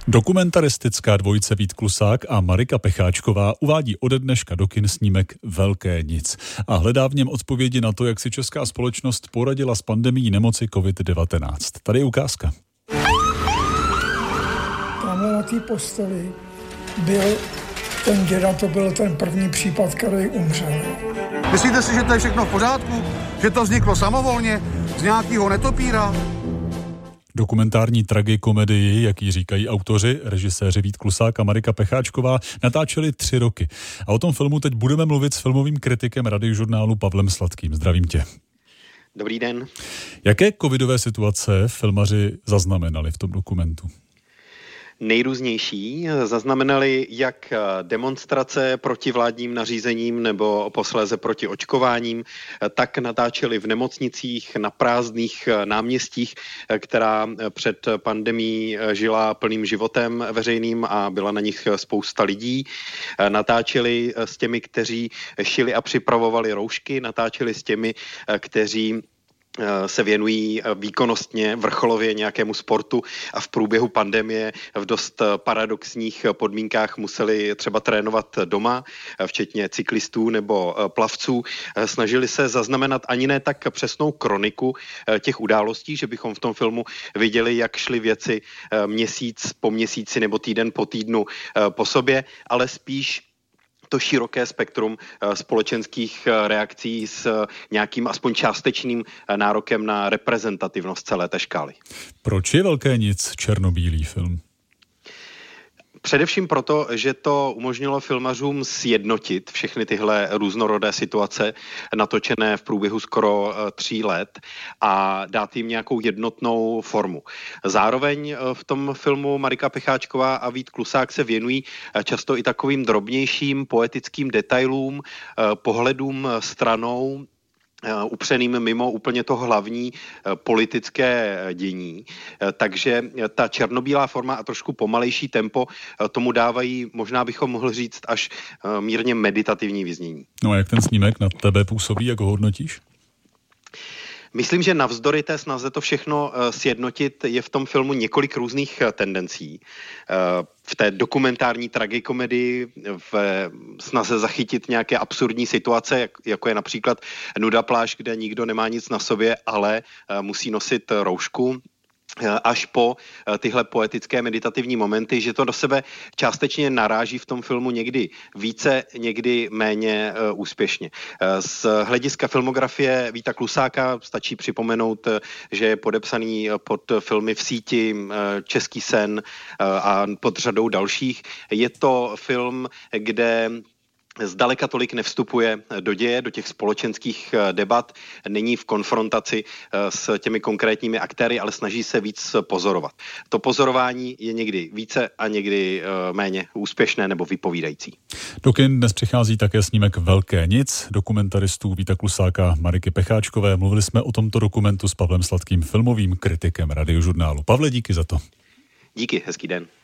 Dokumentaristická dvojice Vít Klusák a Marika Pecháčková uvádí ode dneška do kin snímek Velké nic a hledá v něm odpovědi na to, jak si česká společnost poradila s pandemií nemoci COVID-19. Tady je ukázka. Tamhle na té posteli byl ten děda, to byl ten první případ, který umřel. Myslíte si, že to je všechno v pořádku? Že to vzniklo samovolně z nějakého netopíra? Dokumentární tragikomedii, jak ji říkají autoři, režiséři Vít Klusák a Marika Pecháčková, natáčeli 3 roky. A o tom filmu teď budeme mluvit s filmovým kritikem Radiožurnálu Pavlem Sladkým. Zdravím tě. Dobrý den. Jaké covidové situace filmaři zaznamenali v tom dokumentu? Nejrůznější zaznamenali jak demonstrace proti vládním nařízením nebo posléze proti očkováním, tak natáčeli v nemocnicích, na prázdných náměstích, která před pandemií žila plným životem veřejným a byla na nich spousta lidí. Natáčeli s těmi, kteří šili a připravovali roušky, natáčeli s těmi, kteří se věnují výkonnostně, vrcholově nějakému sportu a v průběhu pandemie v dost paradoxních podmínkách museli třeba trénovat doma, včetně cyklistů nebo plavců. Snažili se zaznamenat ani ne tak přesnou kroniku těch událostí, že bychom v tom filmu viděli, jak šly věci měsíc po měsíci nebo týden po týdnu po sobě, ale spíš to široké spektrum společenských reakcí s nějakým aspoň částečným nárokem na reprezentativnost celé té škály. Proč je Velké nic černobílý film? Především proto, že to umožnilo filmařům sjednotit všechny tyhle různorodé situace natočené v průběhu skoro 3 let a dát jim nějakou jednotnou formu. Zároveň v tom filmu Marika Pecháčková a Vít Klusák se věnují často i takovým drobnějším poetickým detailům, pohledům stranou, upřeným mimo úplně to hlavní politické dění. Takže ta černobílá forma a trošku pomalejší tempo tomu dávají, možná bychom mohli říct, až mírně meditativní vyznění. No a jak ten snímek na tebe působí, jak ho hodnotíš? Myslím, že navzdory té snaze to všechno sjednotit je v tom filmu několik různých tendencí. V té dokumentární tragikomedii, v snaze zachytit nějaké absurdní situace, jako je například Nuda pláž, kde nikdo nemá nic na sobě, ale musí nosit roušku, až po tyhle poetické meditativní momenty, že to do sebe částečně naráží v tom filmu někdy více, někdy méně úspěšně. Z hlediska filmografie Víta Klusáka stačí připomenout, že je podepsaný pod filmy V síti, Český sen a pod řadou dalších. Je to film, kde zdaleka tolik nevstupuje do děje, do těch společenských debat, není v konfrontaci s těmi konkrétními aktéry, ale snaží se víc pozorovat. To pozorování je někdy více a někdy méně úspěšné nebo vypovídající. Do kin dnes přichází také snímek Velké nic dokumentaristů Víta Klusáka, Mariky Pecháčkové. Mluvili jsme o tomto dokumentu s Pavlem Sladkým, filmovým kritikem Radiožurnálu. Pavle, díky za to. Díky, hezký den.